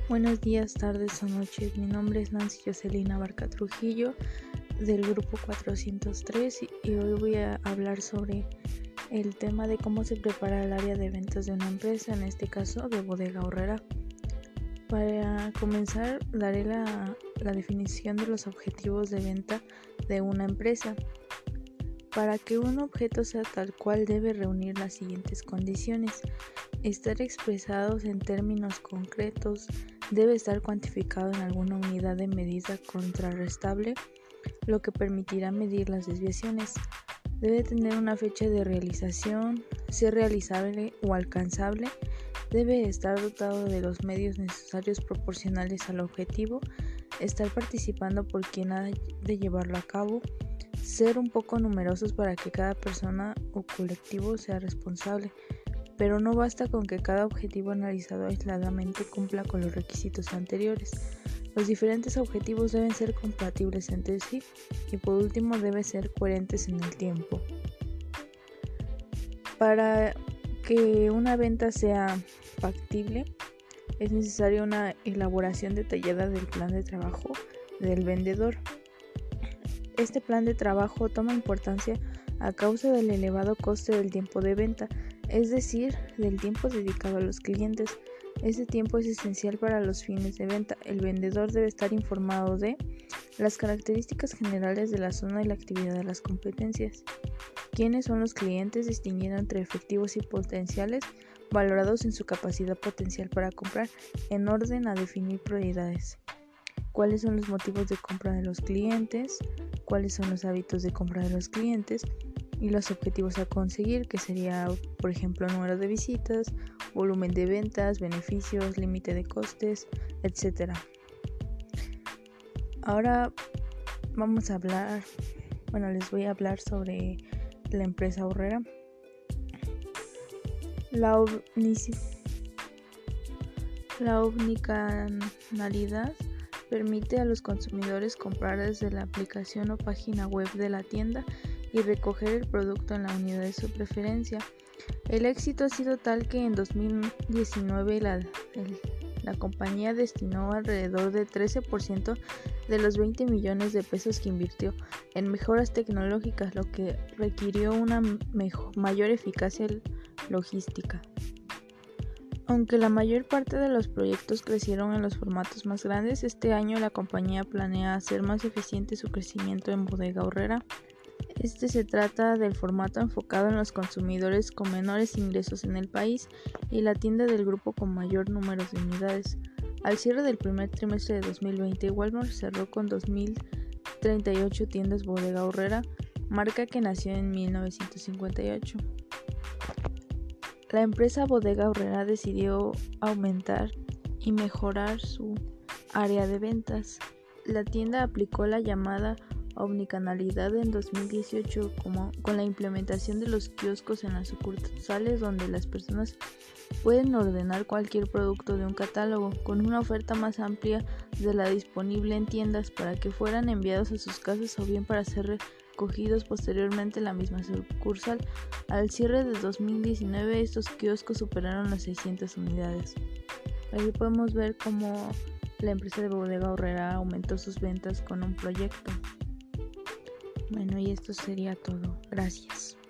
Buenos días, tardes o noches. Mi nombre es Nancy Jocelyn Barca Trujillo del grupo 403 y hoy voy a hablar sobre el tema de cómo se prepara el área de ventas de una empresa, en este caso de Bodega Aurrera. Para comenzar, daré la definición de los objetivos de venta de una empresa. Para que un objeto sea tal cual debe reunir las siguientes condiciones: estar expresados en términos concretos, debe estar cuantificado en alguna unidad de medida contrarrestable, lo que permitirá medir las desviaciones. Debe tener una fecha de realización, ser realizable o alcanzable, debe estar dotado de los medios necesarios proporcionales al objetivo, estar participando por quien ha de llevarlo a cabo, ser un poco numerosos para que cada persona o colectivo sea responsable. Pero no basta con que cada objetivo analizado aisladamente cumpla con los requisitos anteriores. Los diferentes objetivos deben ser compatibles entre sí y por último deben ser coherentes en el tiempo. Para que una venta sea factible, es necesaria una elaboración detallada del plan de trabajo del vendedor. Este plan de trabajo toma importancia a causa del elevado coste del tiempo de venta, es decir, del tiempo dedicado a los clientes. Ese tiempo es esencial para los fines de venta. El vendedor debe estar informado de las características generales de la zona y la actividad de las competencias, quiénes son los clientes, distinguiendo entre efectivos y potenciales, valorados en su capacidad potencial para comprar, en orden a definir prioridades, cuáles son los motivos de compra de los clientes, cuáles son los hábitos de compra de los clientes y los objetivos a conseguir, que sería, por ejemplo, número de visitas, volumen de ventas, beneficios, límite de costes, etc. Ahora les voy a hablar sobre la empresa Aurrera. La omnicanalidad permite a los consumidores comprar desde la aplicación o página web de la tienda y recoger el producto en la unidad de su preferencia. El éxito ha sido tal que en 2019 la compañía destinó alrededor del 13% de los 20 millones de pesos que invirtió en mejoras tecnológicas, lo que requirió una mayor eficacia logística. Aunque la mayor parte de los proyectos crecieron en los formatos más grandes, este año la compañía planea hacer más eficiente su crecimiento en Bodega Aurrera. Se trata del formato enfocado en los consumidores con menores ingresos en el país y la tienda del grupo con mayor número de unidades. Al cierre del primer trimestre de 2020, Walmart cerró con 2.038 tiendas Bodega Aurrera, marca que nació en 1958. La empresa Bodega Aurrera decidió aumentar y mejorar su área de ventas. La tienda aplicó la llamada omnicanalidad en 2018 con la implementación de los kioscos en las sucursales, donde las personas pueden ordenar cualquier producto de un catálogo con una oferta más amplia de la disponible en tiendas para que fueran enviados a sus casas o bien para ser recogidos posteriormente en la misma sucursal. Al cierre de 2019 estos kioscos superaron las 600 unidades. Aquí podemos ver cómo la empresa de Bodega Aurrera aumentó sus ventas con un proyecto. Bueno, y esto sería todo. Gracias.